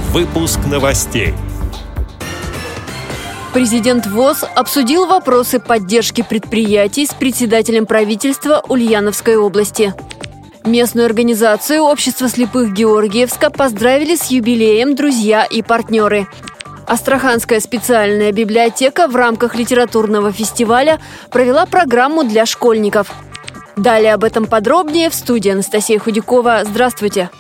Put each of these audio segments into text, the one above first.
Выпуск новостей. Президент ВОС обсудил вопросы поддержки предприятий с председателем правительства Ульяновской области. Местную организацию Общества слепых Георгиевска поздравили с юбилеем друзья и партнеры. Астраханская специальная библиотека в рамках литературного фестиваля провела программу для школьников. Далее об этом подробнее в студии Анастасия Худякова. Здравствуйте!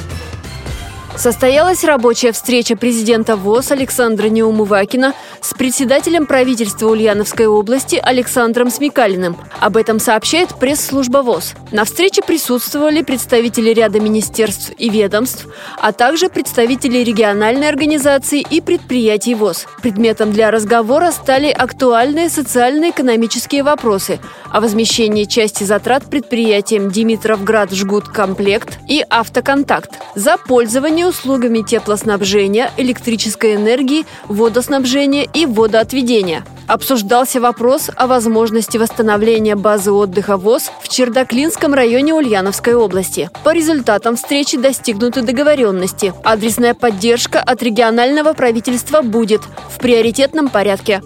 Состоялась рабочая встреча президента ВОС Александра Неумывакина с председателем правительства Ульяновской области Александром Смекалиным. Об этом сообщает пресс-служба ВОС. На встрече присутствовали представители ряда министерств и ведомств, а также представители региональной организации и предприятий ВОС. Предметом для разговора стали актуальные социально-экономические вопросы о возмещении части затрат предприятиям Димитровград-Жгуткомплект и Автоконтакт за пользование услугами теплоснабжения, электрической энергии, водоснабжения и водоотведения. Обсуждался вопрос о возможности восстановления базы отдыха ВОС в Чердаклинском районе Ульяновской области. По результатам встречи достигнуты договоренности. Адресная поддержка от регионального правительства будет в приоритетном порядке.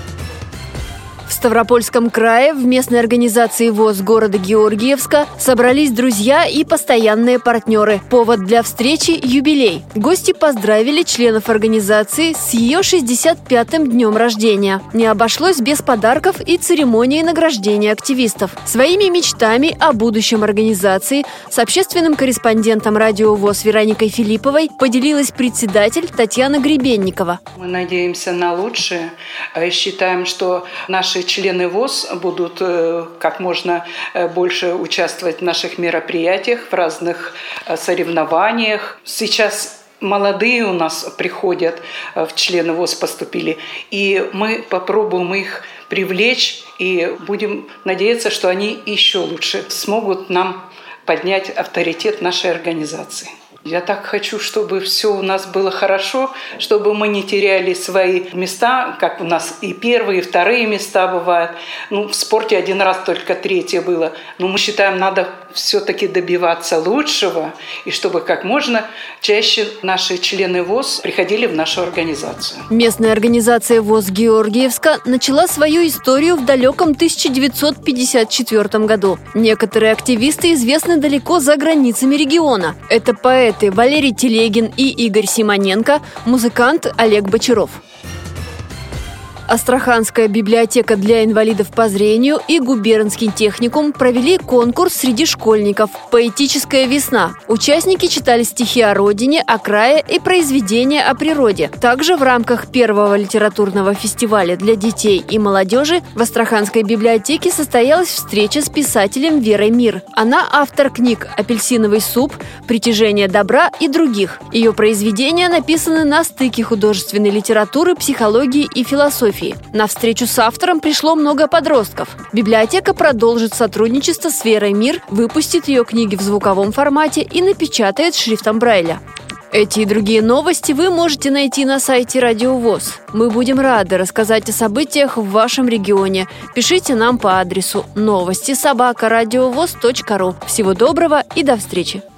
В Ставропольском крае в местной организации ВОС города Георгиевска собрались друзья и постоянные партнеры. Повод для встречи – юбилей. Гости поздравили членов организации с ее 65-м днем рождения. Не обошлось без подарков и церемонии награждения активистов. Своими мечтами о будущем организации с общественным корреспондентом радио ВОС Вероникой Филипповой поделилась председатель Татьяна Гребенникова. Мы надеемся на лучшее. Считаем, что наши члены ВОС будут как можно больше участвовать в наших мероприятиях, в разных соревнованиях. Сейчас молодые у нас приходят, в члены ВОС поступили, и мы попробуем их привлечь и будем надеяться, что они еще лучше смогут нам поднять авторитет нашей организации. Я так хочу, чтобы все у нас было хорошо, чтобы мы не теряли свои места, как у нас и первые, и вторые места бывают. В спорте один раз только третье было. Но мы считаем, надо все-таки добиваться лучшего, и чтобы как можно чаще наши члены ВОС приходили в нашу организацию. Местная организация ВОС Георгиевска начала свою историю в далеком 1954 году. Некоторые активисты известны далеко за границами региона. Это поэты Валерий Телегин и Игорь Симоненко, музыкант Олег Бочаров. Астраханская библиотека для инвалидов по зрению и губернский техникум провели конкурс среди школьников «Поэтическая весна». Участники читали стихи о родине, о крае и произведения о природе. Также в рамках первого литературного фестиваля для детей и молодежи в Астраханской библиотеке состоялась встреча с писателем Верой Мир. Она автор книг «Апельсиновый суп», «Притяжение добра» и других. Ее произведения написаны на стыке художественной литературы, психологии и философии. На встречу с автором пришло много подростков. Библиотека продолжит сотрудничество с Верой Мир, выпустит ее книги в звуковом формате и напечатает шрифтом Брайля. Эти и другие новости вы можете найти на сайте Радио ВОС. Мы будем рады рассказать о событиях в вашем регионе. Пишите нам по адресу новости@радиовос.ру. Всего доброго и до встречи!